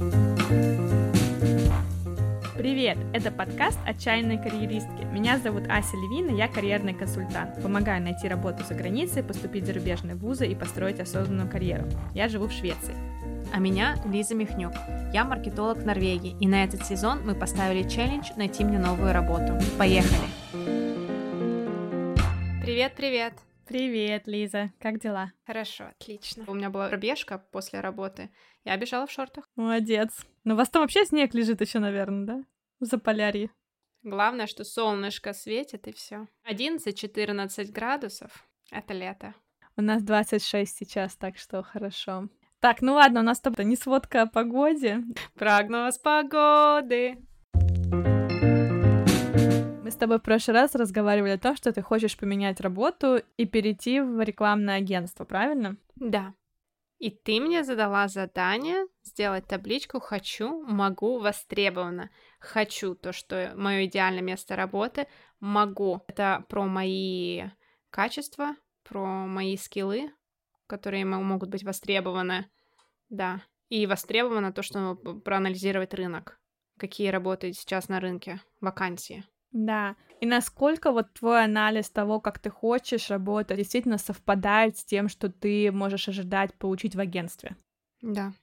Привет! Это подкаст «Отчаянные карьеристки». Меня зовут Ася Левина, я карьерный консультант. Помогаю найти работу за границей, поступить в зарубежные вузы и построить осознанную карьеру. Я живу в Швеции. А меня Лиза Михнюк. Я маркетолог в Норвегии, и на этот сезон мы поставили челлендж «Найти мне новую работу». Поехали! Привет-привет! Привет, Лиза. Как дела? Хорошо, отлично. У меня была пробежка после работы. Я бежала в шортах. Молодец. Но у вас там вообще снег лежит еще, наверное, да? В Заполярье. Главное, что солнышко светит, и все. 11-14 градусов — это лето. У нас 26 сейчас, так что хорошо. Так, ну ладно, у нас там не сводка о погоде. Прогноз погоды. Мы с тобой в прошлый раз разговаривали о том, что ты хочешь поменять работу и перейти в рекламное агентство, правильно? Да. И ты мне задала задание сделать табличку «Хочу», «Могу», «Востребовано». «Хочу» — то, что мое идеальное место работы. «Могу» — это про мои качества, про мои скиллы, которые могут быть востребованы. Да. И востребовано то, что проанализировать рынок. Какие работают сейчас на рынке вакансии. Да. И насколько вот твой анализ того, как ты хочешь работать, действительно совпадает с тем, что ты можешь ожидать получить в агентстве? Да.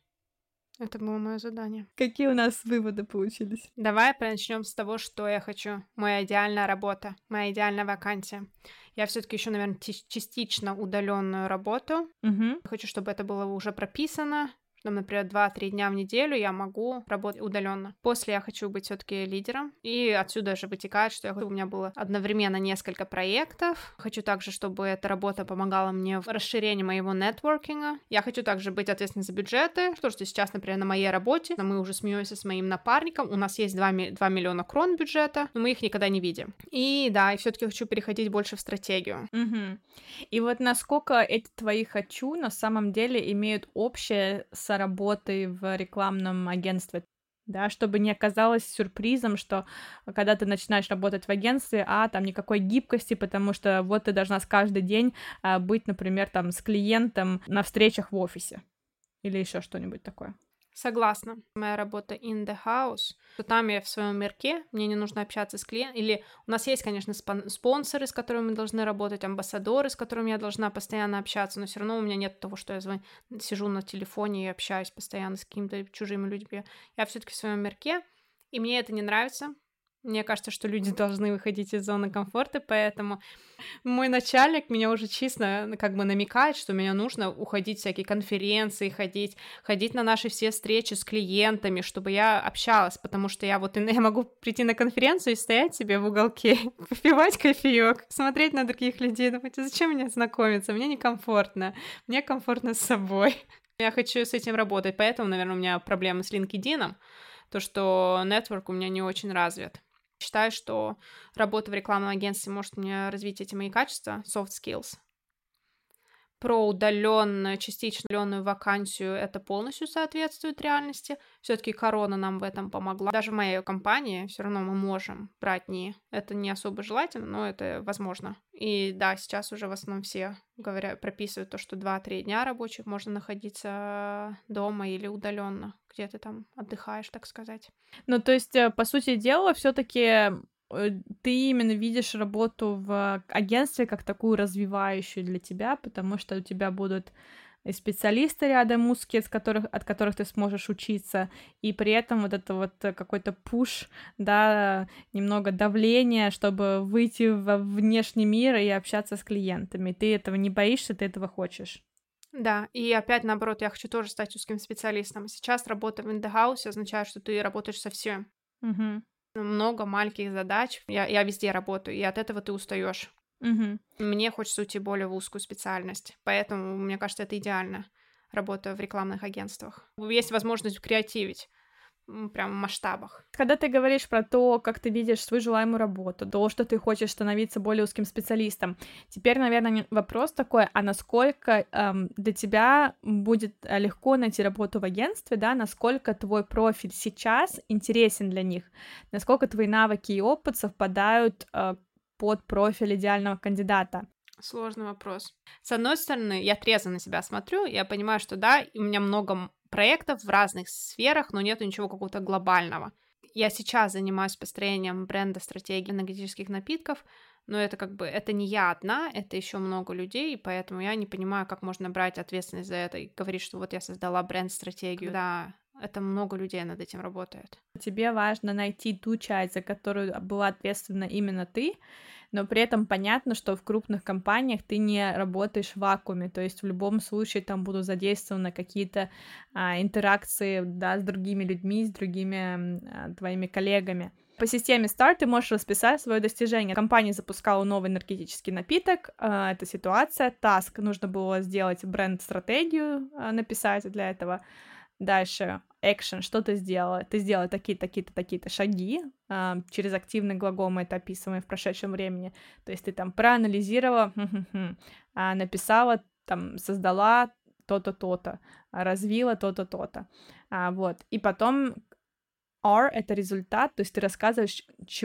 Это было мое задание. Какие у нас выводы получились? Давай начнем с того, что я хочу. Моя идеальная работа, моя идеальная вакансия. Я все-таки еще, наверное, частично удаленную работу. Угу. Хочу, чтобы это было уже прописано. Что, например, 2-3 дня в неделю я могу работать удаленно. После я хочу быть все-таки лидером. И отсюда же вытекает, что у меня было одновременно несколько проектов. Хочу также, чтобы эта работа помогала мне в расширении моего нетворкинга. Я хочу также быть ответственной за бюджеты. Что сейчас, например, на моей работе, мы уже смеемся с моим напарником. У нас есть 2 миллиона крон бюджета, но мы их никогда не видим. И да, и все-таки хочу переходить больше в стратегию. Угу. И вот насколько эти твои «хочу» на самом деле имеют общее с работой в рекламном агентстве, да, чтобы не оказалось сюрпризом, что когда ты начинаешь работать в агентстве, там никакой гибкости, потому что вот ты должна каждый день быть, например, там с клиентом на встречах в офисе или еще что-нибудь такое. Согласна. Моя работа in the house, то там я в своем мирке, мне не нужно общаться с клиентом. Или у нас есть, конечно, спонсоры, с которыми мы должны работать, амбассадоры, с которыми я должна постоянно общаться, но все равно у меня нет того, что я сижу на телефоне и общаюсь постоянно с какими-то чужими людьми. Я все-таки в своем мирке, и мне это не нравится. Мне кажется, что люди должны выходить из зоны комфорта, поэтому мой начальник меня уже честно намекает, что мне нужно уходить в всякие конференции, ходить на наши все встречи с клиентами, чтобы я общалась, потому что я могу прийти на конференцию и стоять себе в уголке, попивать кофеек, смотреть на других людей, думать, зачем мне знакомиться, мне некомфортно, мне комфортно с собой. Я хочу с этим работать, поэтому, наверное, у меня проблемы с LinkedIn, то, что нетворк у меня не очень развит. Считаю, что работа в рекламном агентстве может мне развить эти мои качества, soft skills. Про удаленную, частично удаленную вакансию это полностью соответствует реальности. Все-таки корона нам в этом помогла. Даже в моей компании все равно мы можем брать дни. Это не особо желательно, но это возможно. И да, сейчас уже в основном все прописывают то, что 2-3 дня рабочих можно находиться дома или удаленно, где ты там отдыхаешь, так сказать. Ну, то есть, по сути дела, все-таки ты именно видишь работу в агентстве как такую развивающую для тебя, потому что у тебя будут и специалисты рядом узкие, от которых ты сможешь учиться, и при этом вот это вот какой-то пуш, да, немного давления, чтобы выйти во внешний мир и общаться с клиентами. Ты этого не боишься, ты этого хочешь. Да, и опять наоборот, я хочу тоже стать узким специалистом. Сейчас работа в in the house означает, что ты работаешь со всем. Угу. Много маленьких задач. Я везде работаю, и от этого ты устаешь. Угу. Мне хочется уйти более в узкую специальность. Поэтому, мне кажется, это идеально. Работа в рекламных агентствах. Есть возможность креативить. Прям в масштабах. Когда ты говоришь про то, как ты видишь свою желаемую работу, то, что ты хочешь становиться более узким специалистом, теперь, наверное, вопрос такой, а насколько для тебя будет легко найти работу в агентстве, да, насколько твой профиль сейчас интересен для них, насколько твои навыки и опыт совпадают под профиль идеального кандидата? Сложный вопрос. С одной стороны, я трезво на себя смотрю, я понимаю, что да, у меня много проектов в разных сферах, но нету ничего какого-то глобального. Я сейчас занимаюсь построением бренда стратегии энергетических напитков, но это как бы, это не я одна, это еще много людей, и поэтому я не понимаю, как можно брать ответственность за это и говорить, что вот я создала бренд-стратегию. Да, это много людей над этим работает. Тебе важно найти ту часть, за которую была ответственна именно ты, но при этом понятно, что в крупных компаниях ты не работаешь в вакууме, то есть в любом случае там будут задействованы какие-то интеракции, да, с другими людьми, с другими твоими коллегами. По системе STAR ты можешь расписать свое достижение. Компания запускала новый энергетический напиток, это ситуация, task, нужно было сделать бренд-стратегию, написать для этого. Дальше action, что ты сделала? Ты сделала такие-то, такие-то, такие-то шаги, через активный глагол мы это описываем в прошедшем времени, то есть ты там проанализировала, написала, там, создала то-то, то-то, развила то-то, то-то, вот, и потом R — это результат, то есть ты рассказываешь,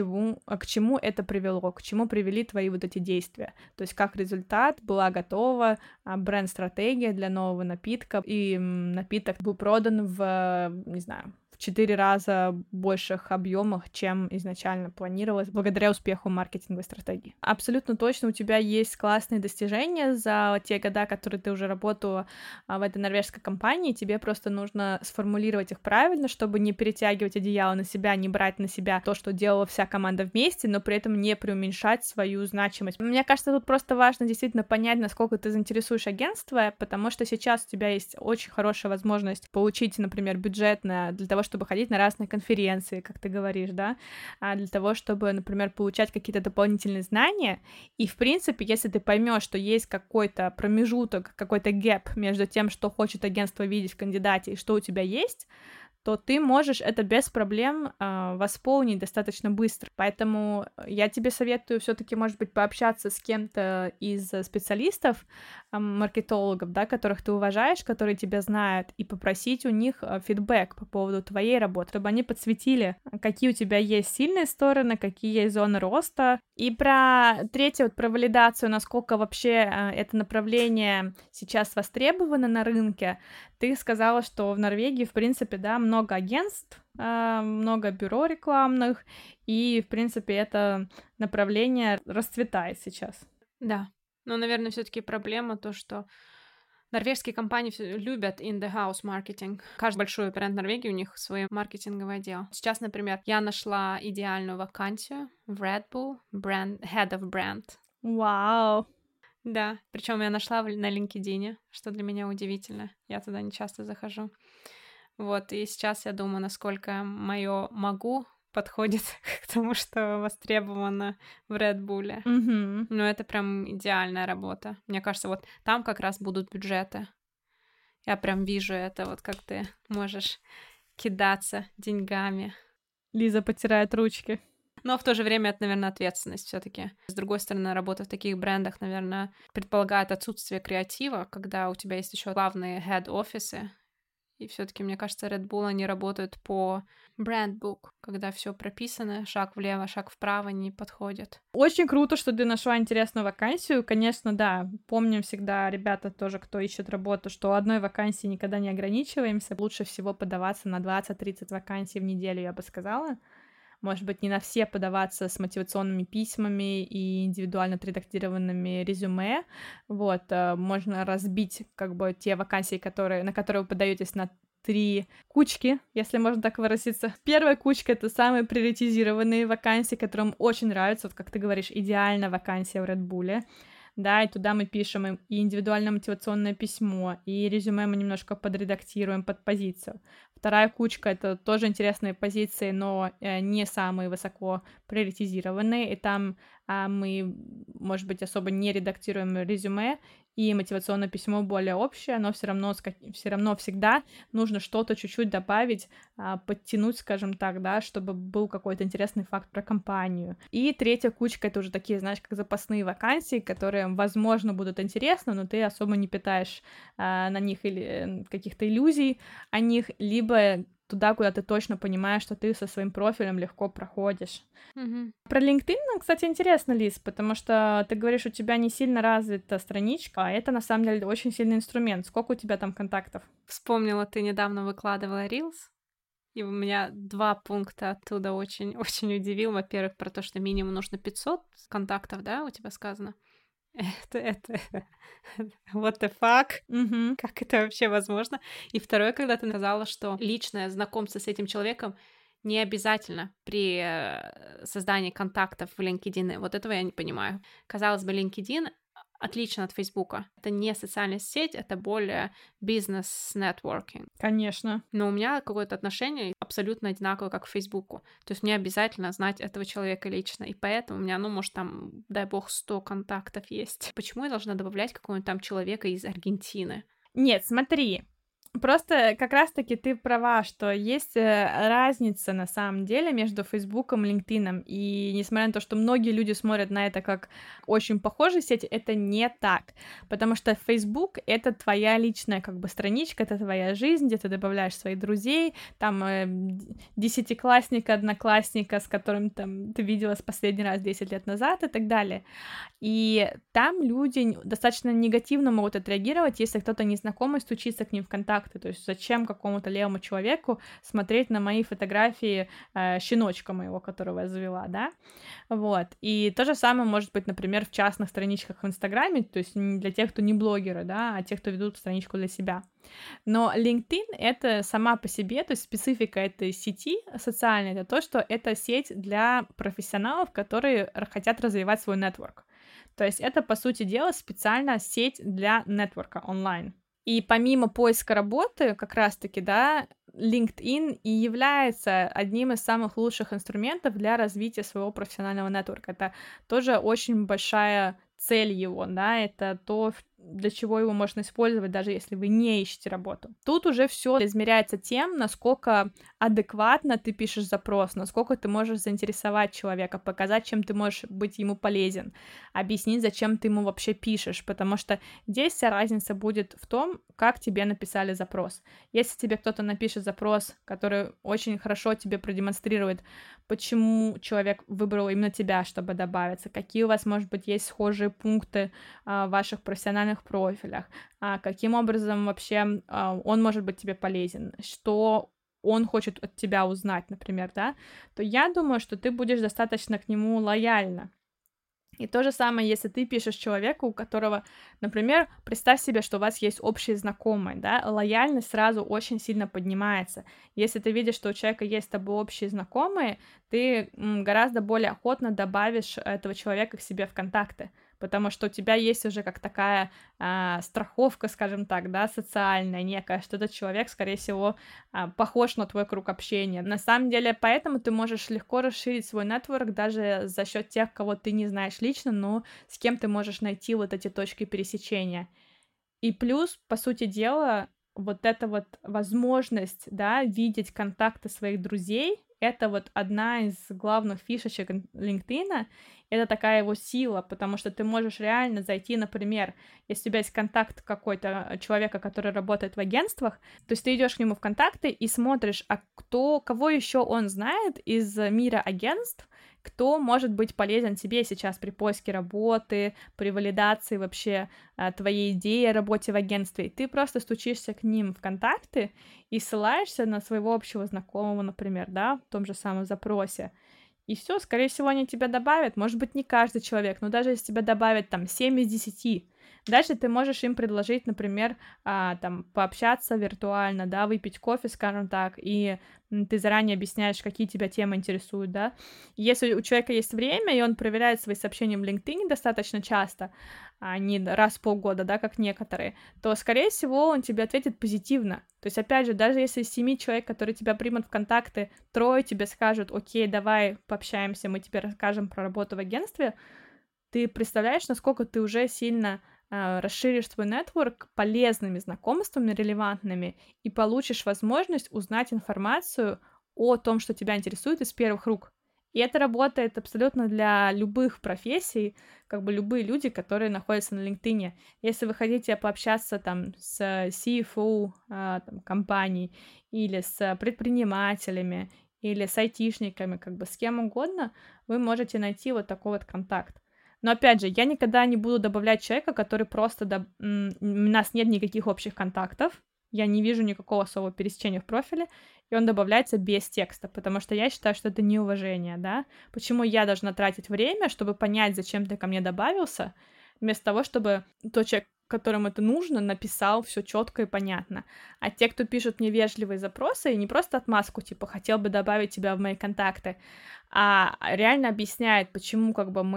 к чему это привело, к чему привели твои вот эти действия. То есть как результат была готова бренд-стратегия для нового напитка, и напиток был продан в, не знаю, в 4 раза больших объемах, чем изначально планировалось, благодаря успеху маркетинговой стратегии. Абсолютно точно у тебя есть классные достижения за те года, которые ты уже работала в этой норвежской компании, тебе просто нужно сформулировать их правильно, чтобы не перетягивать одеяло на себя, не брать на себя то, что делала вся команда вместе, но при этом не преуменьшать свою значимость. Мне кажется, тут просто важно действительно понять, насколько ты заинтересуешь агентство, потому что сейчас у тебя есть очень хорошая возможность получить, например, бюджетное для того, чтобы ходить на разные конференции, как ты говоришь, да, для того, чтобы, например, получать какие-то дополнительные знания, и, в принципе, если ты поймешь, что есть какой-то промежуток, какой-то гэп между тем, что хочет агентство видеть в кандидате и что у тебя есть, то ты можешь это без проблем восполнить достаточно быстро. Поэтому я тебе советую все-таки, может быть, пообщаться с кем-то из специалистов, маркетологов, да, которых ты уважаешь, которые тебя знают, и попросить у них фидбэк по поводу твоей работы, чтобы они подсветили, какие у тебя есть сильные стороны, какие есть зоны роста. И про третье, вот про валидацию, насколько вообще это направление сейчас востребовано на рынке. Ты сказала, что в Норвегии, в принципе, да, много агентств, много бюро рекламных, и, в принципе, это направление расцветает сейчас. Да, но, наверное, все-таки проблема то, что норвежские компании любят in-the-house маркетинг. Каждый большой бренд Норвегии, у них свой маркетинговый отдел. Сейчас, например, я нашла идеальную вакансию в Red Bull, Head of Brand. Вау! Да, причем я нашла на LinkedIn, что для меня удивительно. Я туда не часто захожу. Вот, и сейчас я думаю, насколько мое могу подходит к тому, что востребовано в Red Bull. Mm-hmm. Но это прям идеальная работа. Мне кажется, вот там как раз будут бюджеты. Я прям вижу это, вот как ты можешь кидаться деньгами. Лиза потирает ручки. Но в то же время это, наверное, ответственность все-таки. С другой стороны, работа в таких брендах, наверное, предполагает отсутствие креатива, когда у тебя есть еще главные head-офисы. И все-таки, мне кажется, Red Bull, они работают по брендбук, когда все прописано, шаг влево, шаг вправо не подходит. Очень круто, что ты нашла интересную вакансию. Конечно, да, помним всегда, ребята тоже, кто ищет работу, что одной вакансии никогда не ограничиваемся. Лучше всего подаваться на 20-30 вакансий в неделю, я бы сказала. Может быть, не на все подаваться с мотивационными письмами и индивидуально отредактированными резюме. Вот, можно разбить как бы те вакансии, на которые вы подаетесь на 3 кучки, если можно так выразиться. Первая кучка — это самые приоритизированные вакансии, которым очень нравятся, вот как ты говоришь, идеальная вакансия в Red Bull. Да, и туда мы пишем и индивидуальное мотивационное письмо, и резюме мы немножко подредактируем под позицию. Вторая кучка — это тоже интересные позиции, но не самые высоко приоритизированные, и там мы, может быть, особо не редактируем резюме, и мотивационное письмо более общее, но все равно всегда нужно что-то чуть-чуть добавить, подтянуть, скажем так, да, чтобы был какой-то интересный факт про компанию. И третья кучка — это уже такие, знаешь, как запасные вакансии, которые, возможно, будут интересны, но ты особо не питаешь на них или каких-то иллюзий о них, либо туда, куда ты точно понимаешь, что ты со своим профилем легко проходишь. Мгм. Про LinkedIn, кстати, интересно, Лиз, потому что ты говоришь, у тебя не сильно развита страничка, а это на самом деле очень сильный инструмент. Сколько у тебя там контактов? Вспомнила, ты недавно выкладывала Reels, и у меня 2 пункта оттуда очень очень удивил. Во-первых, про то, что минимум нужно 500 контактов, да, у тебя сказано? Это what the fuck? Угу. Как это вообще возможно? И второе, когда ты сказала, что личное знакомство с этим человеком не обязательно при создании контактов в LinkedIn. Вот этого я не понимаю. Казалось бы, LinkedIn отлично от Фейсбука. Это не социальная сеть, это более бизнес-нетворкинг. Конечно. Но у меня какое-то отношение абсолютно одинаковое, как к Фейсбуку. То есть мне обязательно знать этого человека лично. И поэтому у меня, ну, может, там, дай бог, 100 контактов есть. Почему я должна добавлять какого-нибудь там человека из Аргентины? Нет, смотри. Просто как раз-таки ты права, что есть разница на самом деле между Фейсбуком и LinkedIn. И несмотря на то, что многие люди смотрят на это как очень похожие сети, это не так. Потому что Facebook — это твоя личная как бы страничка, это твоя жизнь, где ты добавляешь своих друзей, там десятиклассника, одноклассника, с которым там ты виделась последний раз 10 лет назад и так далее. И там люди достаточно негативно могут отреагировать, если кто-то незнакомый стучится к ним в контакты. То есть зачем какому-то левому человеку смотреть на мои фотографии щеночка моего, которого я завела, да? Вот. И то же самое может быть, например, в частных страничках в Инстаграме, то есть не для тех, кто не блогеры, да, а тех, кто ведут страничку для себя. Но LinkedIn — это сама по себе, то есть специфика этой сети социальной, это то, что это сеть для профессионалов, которые хотят развивать свой нетворк. То есть это, по сути дела, специально сеть для нетворка онлайн. И помимо поиска работы, как раз-таки, да, LinkedIn и является одним из самых лучших инструментов для развития своего профессионального нетворка. Это тоже очень большая цель его, да, это то, для чего его можно использовать, даже если вы не ищете работу. Тут уже все измеряется тем, насколько адекватно ты пишешь запрос, насколько ты можешь заинтересовать человека, показать, чем ты можешь быть ему полезен, объяснить, зачем ты ему вообще пишешь, потому что здесь вся разница будет в том, как тебе написали запрос. Если тебе кто-то напишет запрос, который очень хорошо тебе продемонстрирует, почему человек выбрал именно тебя, чтобы добавиться, какие у вас, может быть, есть схожие пункты в ваших профессиональных профилях, каким образом вообще он может быть тебе полезен, что он хочет от тебя узнать, например, да, то я думаю, что ты будешь достаточно к нему лояльна. И то же самое, если ты пишешь человеку, у которого, например, представь себе, что у вас есть общие знакомые, да, лояльность сразу очень сильно поднимается. Если ты видишь, что у человека есть с тобой общие знакомые, ты гораздо более охотно добавишь этого человека к себе в контакты, потому что у тебя есть уже как такая страховка, скажем так, да, социальная некая, что этот человек, скорее всего, похож на твой круг общения. На самом деле, поэтому ты можешь легко расширить свой нетворк даже за счет тех, кого ты не знаешь лично, но с кем ты можешь найти вот эти точки пересечения. И плюс, по сути дела, вот эта вот возможность, да, видеть контакты своих друзей, это вот одна из главных фишечек LinkedIn, это такая его сила, потому что ты можешь реально зайти, например, если у тебя есть контакт какой-то человека, который работает в агентствах, то есть ты идешь к нему в контакты и смотришь, кого еще он знает из мира агентств, кто может быть полезен тебе сейчас при поиске работы, при валидации вообще твоей идеи о работе в агентстве. И ты просто стучишься к ним в контакты и ссылаешься на своего общего знакомого, например, да, в том же самом запросе. И все, скорее всего, они тебя добавят. Может быть, не каждый человек, но даже если тебя добавят там 7 из 10, дальше ты можешь им предложить, например, там, пообщаться виртуально, да, выпить кофе, скажем так, и ты заранее объясняешь, какие тебя темы интересуют, да. Если у человека есть время, и он проверяет свои сообщения в LinkedIn достаточно часто, а не раз в полгода, да, как некоторые, то, скорее всего, он тебе ответит позитивно. То есть, опять же, даже если из 7 человек, которые тебя примут в контакты, 3 тебе скажут: окей, давай пообщаемся, мы тебе расскажем про работу в агентстве, ты представляешь, насколько ты уже сильно расширишь свой нетворк полезными знакомствами, релевантными, и получишь возможность узнать информацию о том, что тебя интересует, из первых рук. И это работает абсолютно для любых профессий, как бы любые люди, которые находятся на LinkedIn. Если вы хотите пообщаться там с CFO там, компаний или с предпринимателями, или с айтишниками, как бы с кем угодно, вы можете найти вот такой вот контакт. Но опять же, я никогда не буду добавлять человека, который просто... У нас нет никаких общих контактов, я не вижу никакого особого пересечения в профиле, и он добавляется без текста, потому что я считаю, что это неуважение, да? Почему я должна тратить время, чтобы понять, зачем ты ко мне добавился, вместо того, чтобы тот человек, которому это нужно, написал все четко и понятно. А те, кто пишут мне вежливые запросы, и не просто отмазку, типа, хотел бы добавить тебя в мои контакты, а реально объясняет, почему как бы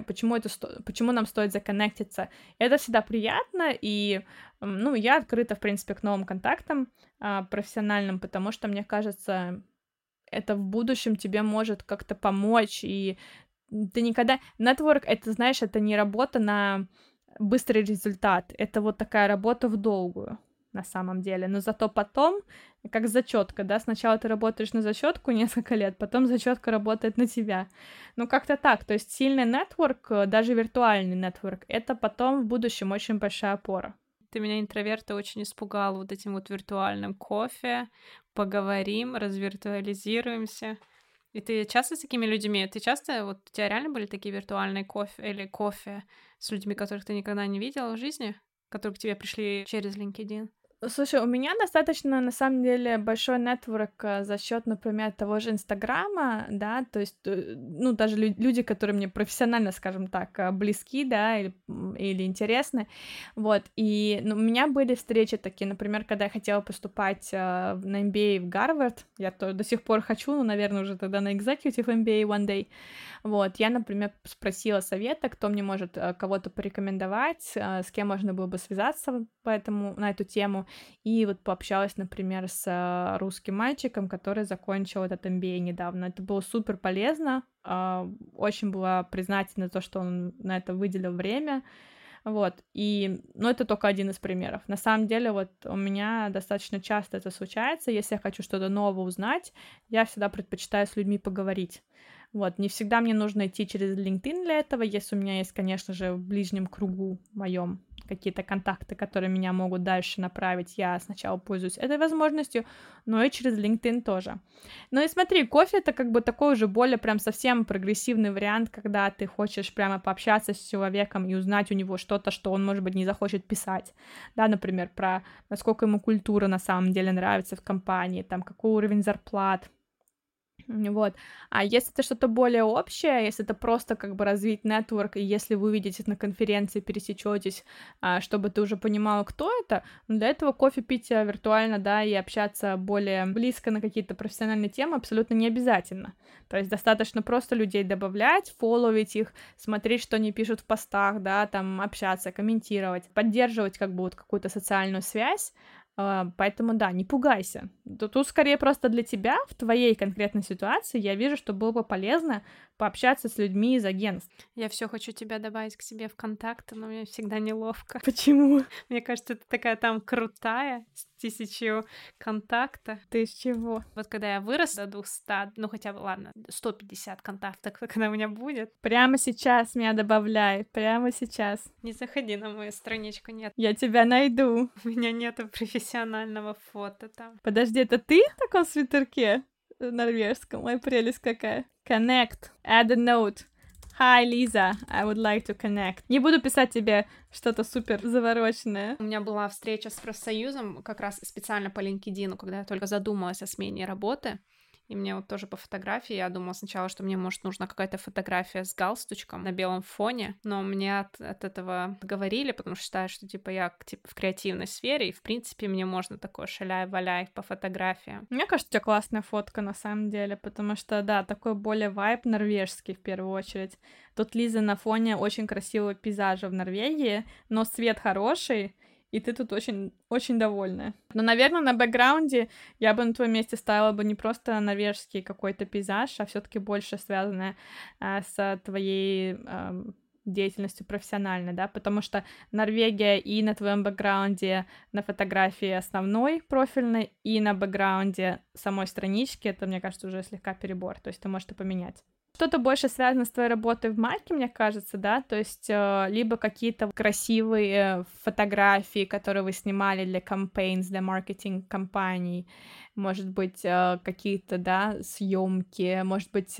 почему нам стоит законнектиться. Это всегда приятно, и, ну, я открыта, в принципе, к новым контактам профессиональным, потому что, мне кажется, это в будущем тебе может как-то помочь, и ты никогда... Нетворк, это, знаешь, это не работа на быстрый результат, это вот такая работа в долгую, на самом деле, но зато потом, как зачетка, да, сначала ты работаешь на зачетку несколько лет, потом зачетка работает на тебя, ну как-то так, то есть сильный нетворк, даже виртуальный нетворк, это потом в будущем очень большая опора. Ты меня, интроверта, очень испугал вот этим вот виртуальным кофе, поговорим, развиртуализируемся. И ты часто с такими людьми, вот у тебя реально были такие виртуальные кофе или кофе с людьми, которых ты никогда не видела в жизни, которые к тебе пришли через LinkedIn? Слушай, у меня достаточно, на самом деле, большой нетворк за счет, например, того же Инстаграма, да, то есть, ну, даже люди, которые мне профессионально, скажем так, близки, да, или интересны, вот, и ну, у меня были встречи такие, например, когда я хотела поступать на MBA в Гарвард, я до сих пор хочу, но, наверное, уже тогда на Executive MBA one day, вот, я, например, спросила совета, кто мне может кого-то порекомендовать, с кем можно было бы связаться на эту тему, и вот пообщалась, например, с русским мальчиком, который закончил этот MBA недавно. Это было супер полезно, очень была признательна за то, что он на это выделил время, вот, ну, это только один из примеров. На самом деле, вот, у меня достаточно часто это случается, если я хочу что-то новое узнать, я всегда предпочитаю с людьми поговорить. Вот, не всегда мне нужно идти через LinkedIn для этого, если у меня есть, конечно же, в ближнем кругу моем какие-то контакты, которые меня могут дальше направить, я сначала пользуюсь этой возможностью, но и через LinkedIn тоже. Ну и смотри, кофе — это как бы такой уже более прям совсем прогрессивный вариант, когда ты хочешь прямо пообщаться с человеком и узнать у него что-то, что он, может быть, не захочет писать, да, например, про насколько ему культура на самом деле нравится в компании, там, какой уровень зарплат, вот. А если это что-то более общее, если это просто как бы развить нетворк, и если вы увидитесь на конференции, пересечетесь, чтобы ты уже понимала, кто это, ну, для этого кофе пить виртуально, да, и общаться более близко на какие-то профессиональные темы абсолютно не обязательно. То есть достаточно просто людей добавлять, фолловить их, смотреть, что они пишут в постах, да, там общаться, комментировать, поддерживать как бы вот какую-то социальную связь. Поэтому, да, не пугайся. Тут скорее просто для тебя, в твоей конкретной ситуации, я вижу, что было бы полезно пообщаться с людьми из агентств. Я все хочу тебя добавить к себе в контакты, но мне всегда неловко. Почему? Мне кажется, ты такая там крутая, с 1000 контактов. Ты из чего? Вот когда я вырос до 200, ну хотя бы, ладно, 150 контактов, когда у меня будет. Прямо сейчас меня добавляй, прямо сейчас. Не заходи на мою страничку, нет. Я тебя найду. У меня нету профессионального фото там. Подожди, это ты в таком свитерке норвежском? Ой, прелесть какая. Connect. Add a note. Hi, Lisa, I would like to connect. Не буду писать тебе что-то супер завороченное. У меня была встреча с профсоюзом как раз специально по LinkedIn, когда я только задумалась о смене работы. И мне вот тоже по фотографии, я думала сначала, что мне, может, нужна какая-то фотография с галстучком на белом фоне, но мне от этого говорили, потому что считаю, что, типа, я, типа, в креативной сфере, и, в принципе, мне можно такое шаляй-валяй по фотографиям. Мне кажется, у тебя классная фотка, на самом деле, потому что, да, такой более вайб норвежский, в первую очередь. Тут Лиза на фоне очень красивого пейзажа в Норвегии, но свет хороший, и ты тут очень, очень довольная. Но, наверное, на бэкграунде я бы на твоем месте ставила бы не просто норвежский какой-то пейзаж, а все-таки больше связанное с твоей деятельностью профессиональной, да, потому что Норвегия и на твоем бэкграунде на фотографии основной профильной, и на бэкграунде самой странички, это, мне кажется, уже слегка перебор, то есть ты можешь это поменять. Что-то больше связано с твоей работой в марке, мне кажется, да, то есть либо какие-то красивые фотографии, которые вы снимали для campaigns, для маркетинг-компаний, может быть, какие-то, да, съемки, может быть,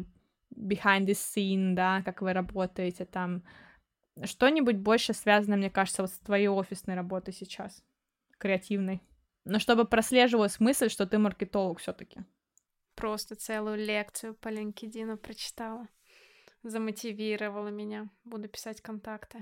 behind the scene, да, как вы работаете там, что-нибудь больше связано, мне кажется, вот с твоей офисной работой сейчас, креативной, но чтобы прослеживалась мысль, что ты маркетолог все-таки. Просто целую лекцию по LinkedIn прочитала. Замотивировала меня. Буду писать контакты.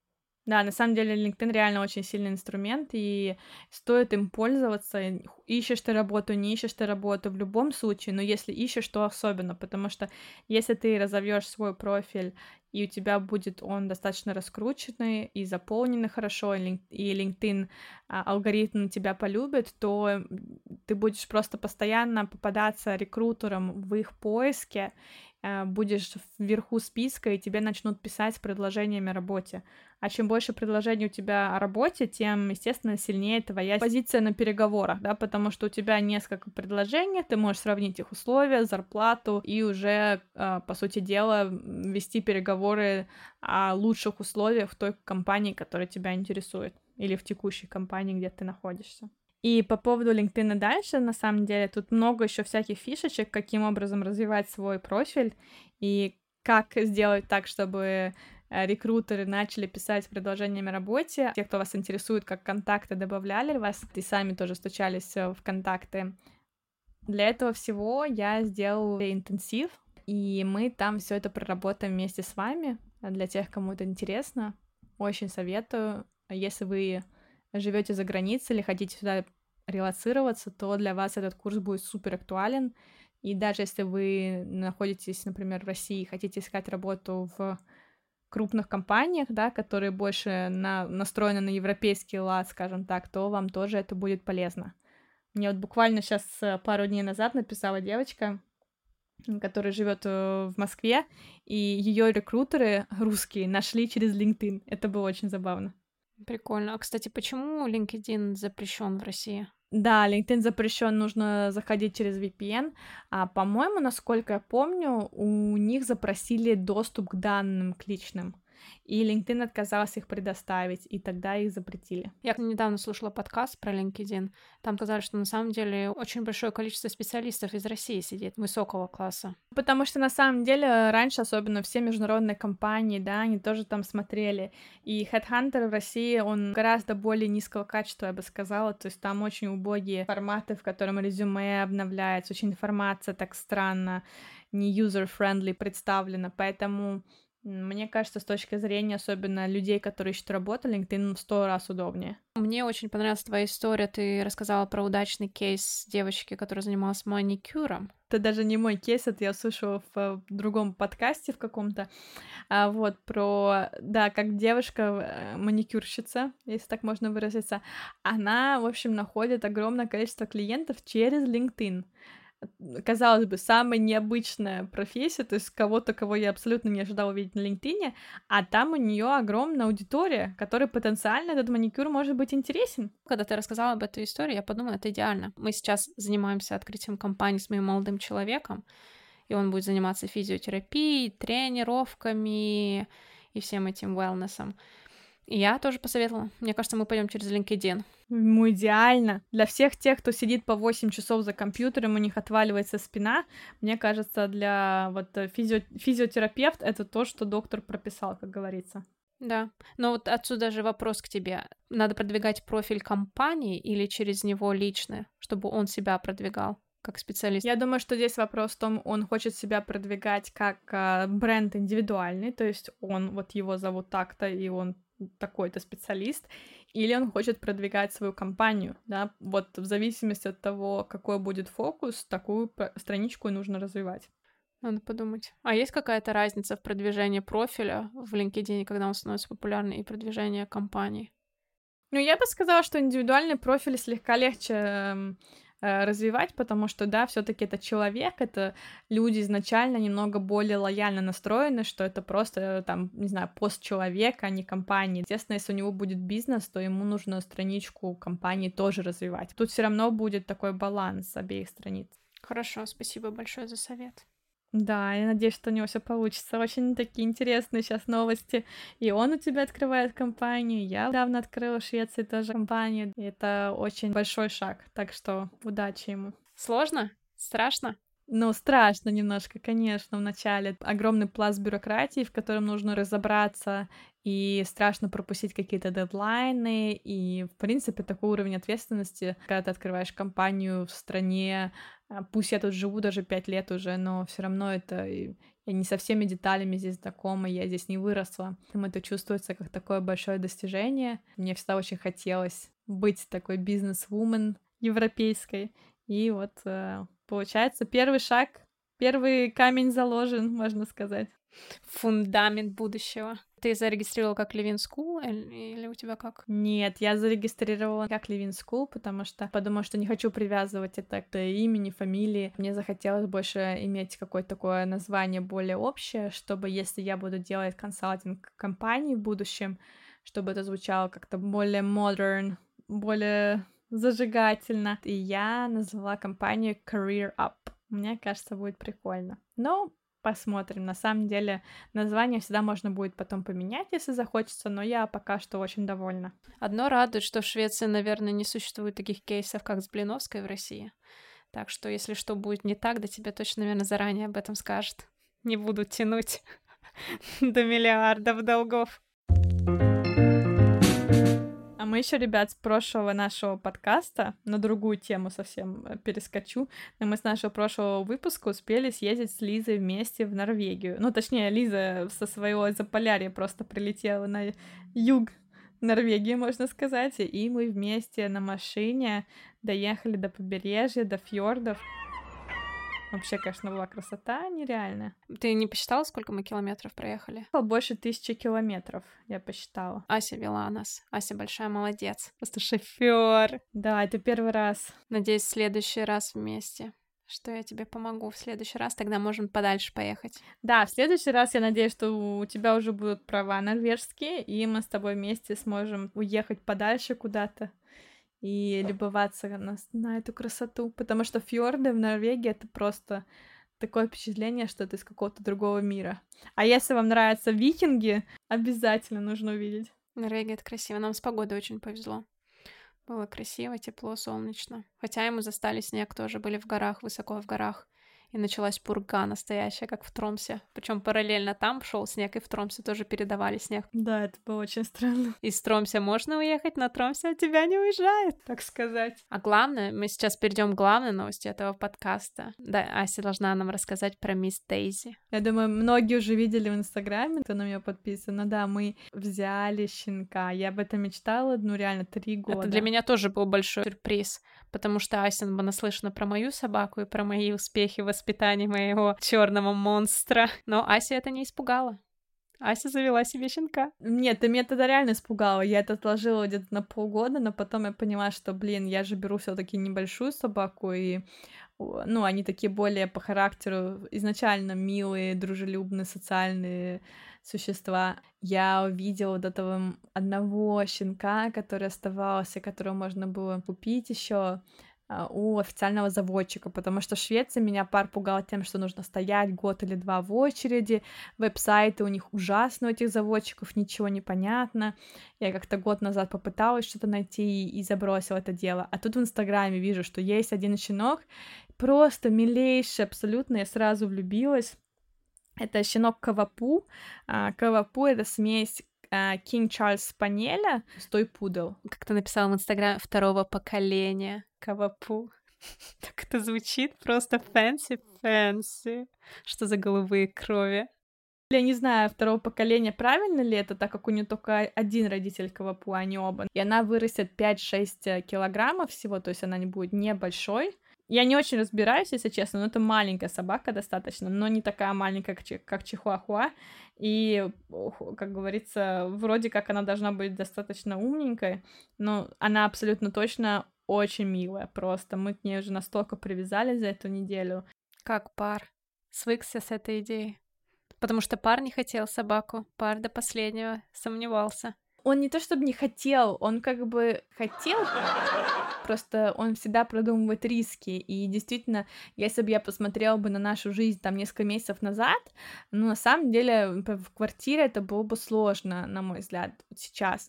Да, на самом деле LinkedIn реально очень сильный инструмент, и стоит им пользоваться. Ищешь ты работу, не ищешь ты работу, в любом случае, но если ищешь, то особенно, потому что если ты разовьешь свой профиль, и у тебя будет он достаточно раскрученный и заполненный хорошо, и LinkedIn алгоритм тебя полюбит, то ты будешь просто постоянно попадаться рекрутерам в их поиске, будешь вверху списка, и тебе начнут писать с предложениями о работе. А чем больше предложений у тебя о работе, тем, естественно, сильнее твоя позиция на переговорах, да, потому что у тебя несколько предложений, ты можешь сравнить их условия, зарплату и уже, по сути дела, вести переговоры о лучших условиях в той компании, которая тебя интересует, или в текущей компании, где ты находишься. И по поводу LinkedIn дальше, на самом деле, тут много еще всяких фишечек, каким образом развивать свой профиль и как сделать так, чтобы рекрутеры начали писать с предложениями о работе. Те, кто вас интересует, как контакты добавляли вас, и сами тоже стучались в контакты. Для этого всего я сделала интенсив, и мы там все это проработаем вместе с вами. Для тех, кому это интересно, очень советую. Если вы живете за границей или хотите сюда релоцироваться, то для вас этот курс будет супер актуален. И даже если вы находитесь, например, в России и хотите искать работу в крупных компаниях, да, которые больше настроены на европейский лад, скажем так, то вам тоже это будет полезно. Мне вот буквально сейчас пару дней назад написала девочка, которая живет в Москве, и ее рекрутеры русские нашли через LinkedIn. Это было очень забавно. Прикольно. А, кстати, почему LinkedIn запрещен в России? Да, LinkedIn запрещен, нужно заходить через VPN. А, по-моему, насколько я помню, у них запросили доступ к данным к личным, и LinkedIn отказался их предоставить, и тогда их запретили. Я недавно слушала подкаст про LinkedIn. Там сказали, что на самом деле очень большое количество специалистов из России сидит, высокого класса. Потому что на самом деле раньше, особенно все международные компании, да, они тоже там смотрели. И HeadHunter в России, он гораздо более низкого качества, я бы сказала. То есть там очень убогие форматы, в котором резюме обновляется, очень информация так странно, не user-friendly представлена. Поэтому мне кажется, с точки зрения особенно людей, которые ищут работу, LinkedIn в 100 раз удобнее. Мне очень понравилась твоя история. Ты рассказала про удачный кейс девочки, которая занималась маникюром. Это даже не мой кейс, это я слышала в другом подкасте в каком-то. Вот про, да, как девушка, маникюрщица, если так можно выразиться, она, в общем, находит огромное количество клиентов через LinkedIn. Казалось бы, самая необычная профессия, то есть кого-то, кого я абсолютно не ожидала увидеть на LinkedIn, а там у нее огромная аудитория, которой потенциально этот маникюр может быть интересен. Когда ты рассказала об этой истории, я подумала, это идеально. Мы сейчас занимаемся открытием компании с моим молодым человеком, и он будет заниматься физиотерапией, тренировками и всем этим wellness'ом. И я тоже посоветовала. Мне кажется, мы пойдем через LinkedIn. Ну, идеально. Для всех тех, кто сидит по 8 часов за компьютером, у них отваливается спина, мне кажется, для вот физиотерапевт это то, что доктор прописал, как говорится. Да. Но вот отсюда же вопрос к тебе. Надо продвигать профиль компании или через него лично, чтобы он себя продвигал как специалист? Я думаю, что здесь вопрос в том, он хочет себя продвигать как бренд индивидуальный, то есть он, вот его зовут так-то, и он такой-то специалист, или он хочет продвигать свою компанию, да, вот в зависимости от того, какой будет фокус, такую страничку и нужно развивать. Надо подумать. А есть какая-то разница в продвижении профиля в LinkedIn, когда он становится популярным, и продвижение компании? Ну, я бы сказала, что индивидуальный профиль слегка легче развивать, потому что, да, все таки это человек, это люди изначально немного более лояльно настроены, что это просто, там, не знаю, пост человека, а не компании. Естественно, если у него будет бизнес, то ему нужно страничку компании тоже развивать. Тут все равно будет такой баланс обеих страниц. Хорошо, спасибо большое за совет. Да, я надеюсь, что у него все получится. Очень такие интересные сейчас новости. И он у тебя открывает компанию, я недавно открыла в Швеции тоже компанию. И это очень большой шаг, так что удачи ему. Сложно? Страшно? Ну, страшно немножко, конечно, вначале. Огромный пласт бюрократии, в котором нужно разобраться, и страшно пропустить какие-то дедлайны, и, в принципе, такой уровень ответственности, когда ты открываешь компанию в стране, пусть я тут живу даже 5 лет уже, но все равно я не со всеми деталями здесь знакома, я здесь не выросла. Поэтому это чувствуется как такое большое достижение. Мне всегда очень хотелось быть такой бизнес-вумен европейской, и вот получается, первый шаг, первый камень заложен, можно сказать. Фундамент будущего. Ты зарегистрировал как Living School или у тебя как? Нет, я зарегистрировала как Living School, потому что подумала, что не хочу привязывать это к имени, фамилии. Мне захотелось больше иметь какое-то такое название более общее, чтобы если я буду делать консалтинг компании в будущем, чтобы это звучало как-то более modern, более зажигательно. И я назвала компанию Career Up. Мне кажется, будет прикольно. Но посмотрим. На самом деле, название всегда можно будет потом поменять, если захочется, но я пока что очень довольна. Одно радует, что в Швеции, наверное, не существует таких кейсов, как с Блиновской в России. Так что, если что будет не так, да тебе точно, наверное, заранее об этом скажут. Не будут тянуть до миллиардов долгов. А мы еще, ребят, с прошлого нашего подкаста на другую тему совсем перескочу. Но мы с нашего прошлого выпуска успели съездить с Лизой вместе в Норвегию. Ну, точнее, Лиза со своего Заполярья просто прилетела на юг Норвегии, можно сказать. И мы вместе на машине доехали до побережья, до фьордов. Вообще, конечно, была красота нереальная. Ты не посчитала, сколько мы километров проехали? Больше 1000 километров, я посчитала. Ася вела нас. Ася большая молодец. Просто шофер. Да, это первый раз. Надеюсь, в следующий раз вместе. Что я тебе помогу в следующий раз, тогда можем подальше поехать. Да, в следующий раз я надеюсь, что у тебя уже будут права норвежские, и мы с тобой вместе сможем уехать подальше куда-то и любоваться на эту красоту, потому что фьорды в Норвегии — это просто такое впечатление, что ты из какого-то другого мира. А если вам нравятся викинги, обязательно нужно увидеть. Норвегия — это красиво. Нам с погодой очень повезло. Было красиво, тепло, солнечно. Хотя и мы застали снег тоже, были в горах, высоко в горах. И началась пурга настоящая, как в Тромсе. Причем параллельно там шел снег, и в Тромсе тоже передавали снег. Да, это было очень странно. Из Тромсе можно уехать, но Тромсе от тебя не уезжает, так сказать. А главное, мы сейчас перейдем к главной новости этого подкаста. Да, Ася должна нам рассказать про мисс Дейзи. Я думаю, многие уже видели в Инстаграме, кто на меня подписан. Ну да, мы взяли щенка. Я об этом мечтала, ну реально, 3 года. Это для меня тоже был большой сюрприз, потому что Ася была наслышана про мою собаку и про мои успехи в воспитании моего черного монстра. Но Ася это не испугало. Ася завела себе щенка. Нет, меня тогда реально испугало. Я это отложила где-то на полгода, но потом я поняла, что, блин, я же беру все таки небольшую собаку, и, ну, они такие более по характеру изначально милые, дружелюбные, социальные существа. Я увидела вот этого одного щенка, который оставался, которого можно было купить еще у официального заводчика, потому что в Швеции меня пар пугал тем, что нужно стоять год или 2 в очереди, веб-сайты у них ужасны, у этих заводчиков, ничего не понятно. Я как-то год назад попыталась что-то найти и забросила это дело, а тут в Инстаграме вижу, что есть один щенок, просто милейший абсолютно, я сразу влюбилась. Это щенок Кавапу. Кавапу — это смесь King Charles Спаниеля с той пудел. Как ты написала в Инстаграме, 2-го поколения Кавапу. Так это звучит просто фэнси. Что за голубые крови? Я не знаю, 2-го поколения правильно ли это, так как у нее только один родитель Кавапу, а не оба. И она вырастет 5-6 килограммов всего, то есть она не будет небольшой. Я не очень разбираюсь, если честно, но это маленькая собака достаточно, но не такая маленькая, как чихуахуа. И, как говорится, вроде как она должна быть достаточно умненькой, но она абсолютно точно очень милая просто. Мы к ней уже настолько привязались за эту неделю. Как пар свыкся с этой идеей? Потому что пар не хотел собаку, пар до последнего сомневался. Он не то чтобы не хотел, он как бы хотел, просто он всегда продумывает риски. И действительно, если бы я посмотрела бы на нашу жизнь там несколько месяцев назад, ну, на самом деле, в квартире это было бы сложно, на мой взгляд, вот сейчас.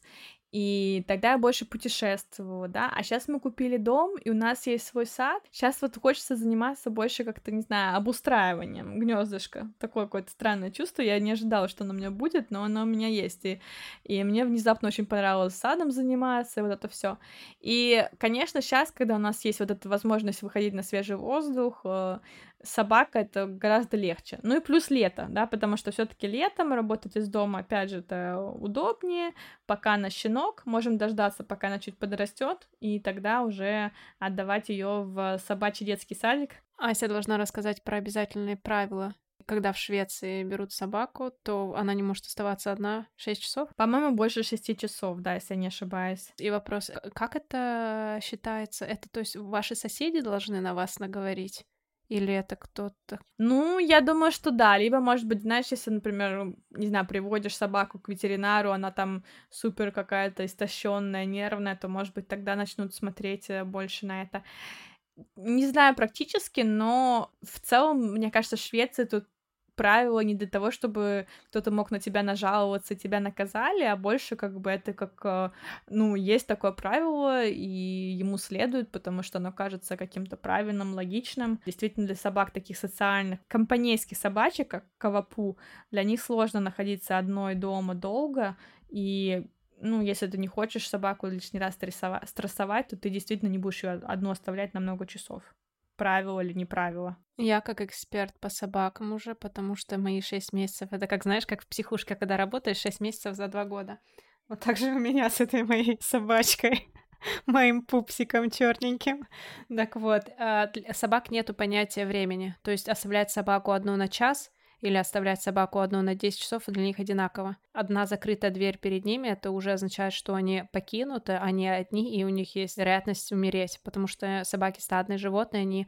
И тогда я больше путешествовала, да, а сейчас мы купили дом, и у нас есть свой сад. Сейчас вот хочется заниматься больше как-то, не знаю, обустраиванием гнездышка. Такое какое-то странное чувство, я не ожидала, что оно у меня будет, но оно у меня есть, и мне внезапно очень понравилось садом заниматься, и вот это все. И, конечно, сейчас, когда у нас есть вот эта возможность выходить на свежий воздух, собака — это гораздо легче. Ну и плюс лето, да, потому что все таки летом работать из дома, опять же, это удобнее, пока она щенок, можем дождаться, пока она чуть подрастет, и тогда уже отдавать ее в собачий детский садик. Ася должна рассказать про обязательные правила. Когда в Швеции берут собаку, то она не может оставаться одна 6 часов. По-моему, больше 6 часов, да, если я не ошибаюсь. И вопрос, как это считается? Это, то есть, ваши соседи должны на вас наговорить? Или это кто-то? Ну, я думаю, что да. Либо, может быть, знаешь, если, например, не знаю, приводишь собаку к ветеринару, она там супер какая-то истощенная, нервная, то, может быть, тогда начнут смотреть больше на это. Не знаю практически, но в целом, мне кажется, в Швеции тут правила не для того, чтобы кто-то мог на тебя нажаловаться, тебя наказали, а больше как бы это как, ну, есть такое правило, и ему следует, потому что оно кажется каким-то правильным, логичным. Действительно, для собак таких социальных, компанейских собачек, как кавапу, для них сложно находиться одной дома долго, и ну, если ты не хочешь собаку лишний раз стрессовать, то ты действительно не будешь ее одну оставлять на много часов. Правило или не правило. Я как эксперт по собакам уже, потому что мои 6 месяцев, это как, знаешь, как в психушке, когда работаешь 6 месяцев за 2 года. Вот так же у меня с этой моей собачкой, моим пупсиком черненьким. Так вот, собак нету понятия времени. То есть оставлять собаку одну на час или оставлять собаку одну на 10 часов для них одинаково. Одна закрытая дверь перед ними, это уже означает, что они покинуты, они одни, и у них есть вероятность умереть, потому что собаки стадные животные, они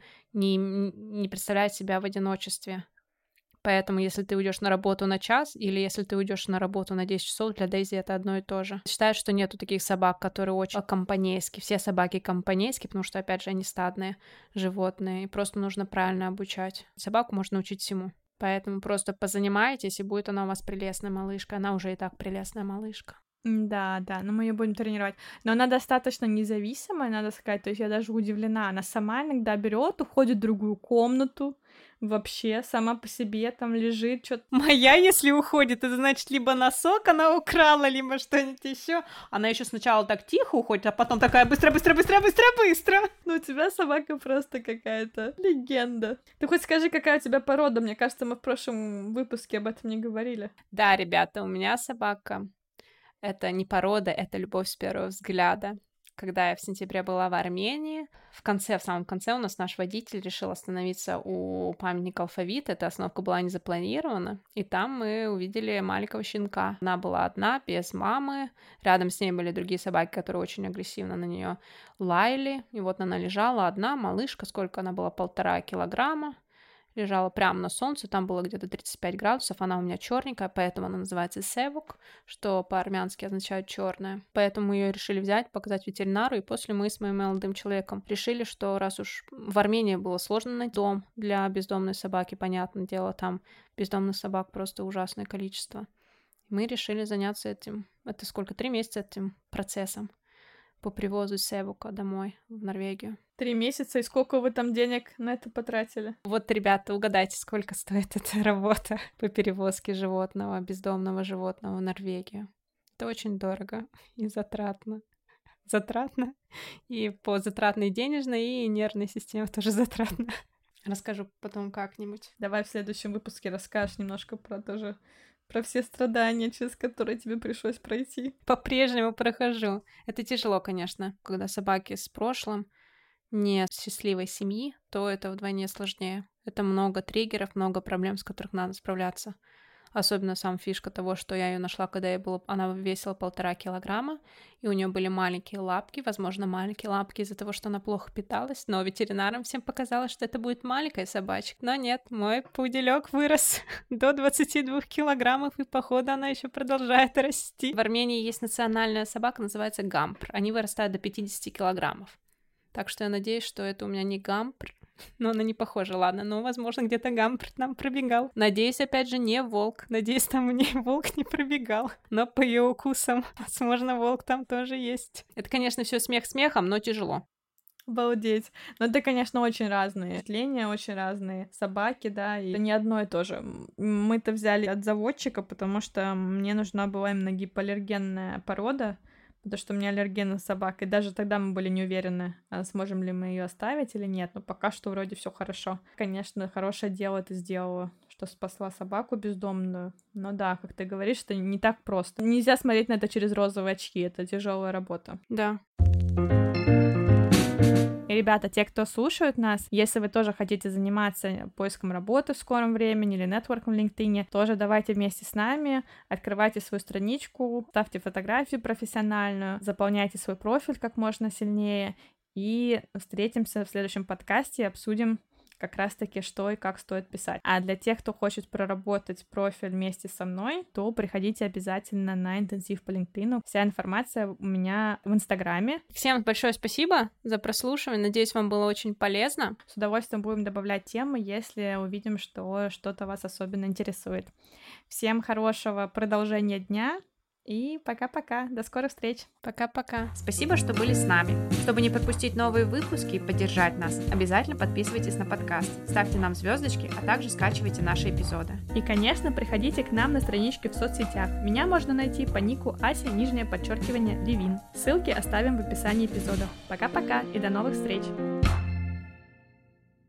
не представляют себя в одиночестве. Поэтому, если ты уйдешь на работу на час, или если ты уйдешь на работу на 10 часов, для Дейзи это одно и то же. Считают, что нету таких собак, которые очень компанейские. Все собаки компанейские, потому что, опять же, они стадные животные, и просто нужно правильно обучать. Собаку можно учить всему. Поэтому просто позанимайтесь, и будет она у вас прелестная малышка. Она уже и так прелестная малышка. Да, да, но мы ее будем тренировать. Но она достаточно независимая, надо сказать. То есть я даже удивлена. Она сама иногда берет, уходит в другую комнату, вообще сама по себе там лежит, что-то. Моя, если уходит, это значит, либо носок она украла, либо что-нибудь еще. Она еще сначала так тихо уходит, а потом такая быстро. Ну, у тебя собака просто какая-то легенда. Ты хоть скажи, какая у тебя порода? Мне кажется, мы в прошлом выпуске об этом не говорили. Да, ребята, у меня собака. Это не порода, это любовь с первого взгляда. Когда я в сентябре была в Армении, в самом конце у нас наш водитель решил остановиться у памятника алфавита. Эта остановка была не запланирована. И там мы увидели маленького щенка. Она была одна, без мамы. Рядом с ней были другие собаки, которые очень агрессивно на нее лаяли. И вот она лежала одна, малышка, сколько она была, 1,5 килограмма. Лежала прямо на солнце, там было где-то 35 градусов, она у меня черненькая, поэтому она называется севук, что по-армянски означает черная. Поэтому мы ее решили взять, показать ветеринару, и после мы с моим молодым человеком решили, что раз уж в Армении было сложно найти дом для бездомной собаки, понятное дело, там бездомных собак просто ужасное количество, мы решили заняться этим. Это сколько? 3 месяца этим процессом по привозу севука домой в Норвегию. 3 месяца, и сколько вы там денег на это потратили? Вот, ребята, угадайте, сколько стоит эта работа по перевозке животного, бездомного животного в Норвегию. Это очень дорого и затратно. Затратно. И по затратной денежной, и нервной системе тоже затратно. Расскажу потом как-нибудь. Давай в следующем выпуске расскажешь немножко про все страдания, через которые тебе пришлось пройти. По-прежнему прохожу. Это тяжело, конечно, когда собаки с прошлым, не счастливой семьи, то это вдвойне сложнее. Это много триггеров, много проблем, с которых надо справляться. Особенно сам фишка того, что я ее нашла, когда она весила 1,5 килограмма, и у нее были маленькие лапки, возможно, маленькие лапки из-за того, что она плохо питалась, но ветеринарам всем показалось, что это будет маленькая собачка. Но нет, мой пуделек вырос до 22 килограммов, и, походу, она еще продолжает расти. В Армении есть национальная собака, называется гампр. Они вырастают до 50 килограммов. Так что я надеюсь, что это у меня не гампр, но она не похожа, ладно, но, возможно, где-то гампр нам пробегал. Надеюсь, опять же, не волк. Надеюсь, там мне волк не пробегал, но по ее укусам, возможно, волк там тоже есть. Это, конечно, все смех смехом, но тяжело. Обалдеть. Но это, конечно, очень разные впечатления, очень разные собаки, да, и не одно и то же. Мы-то взяли от заводчика, потому что мне нужна была именно гипоаллергенная порода, потому что у меня аллерген на собак, и даже тогда мы были не уверены, сможем ли мы ее оставить или нет, но пока что вроде все хорошо. Конечно, хорошее дело ты сделала, что спасла собаку бездомную, но да, как ты говоришь, это не так просто. Нельзя смотреть на это через розовые очки, это тяжелая работа. Да. И, ребята, те, кто слушают нас, если вы тоже хотите заниматься поиском работы в скором времени или нетворком в LinkedIn, тоже давайте вместе с нами, открывайте свою страничку, ставьте фотографию профессиональную, заполняйте свой профиль как можно сильнее, и встретимся в следующем подкасте и обсудим как раз-таки, что и как стоит писать. А для тех, кто хочет проработать профиль вместе со мной, то приходите обязательно на интенсив по LinkedIn. Вся информация у меня в Инстаграме. Всем большое спасибо за прослушивание. Надеюсь, вам было очень полезно. С удовольствием будем добавлять темы, если увидим, что что-то вас особенно интересует. Всем хорошего продолжения дня. И пока-пока. До скорых встреч. Пока-пока. Спасибо, что были с нами. Чтобы не пропустить новые выпуски и поддержать нас, обязательно подписывайтесь на подкаст, ставьте нам звездочки, а также скачивайте наши эпизоды. И, конечно, приходите к нам на страничке в соцсетях. Меня можно найти по нику Ася_Левин. Ссылки оставим в описании эпизода. Пока-пока и до новых встреч.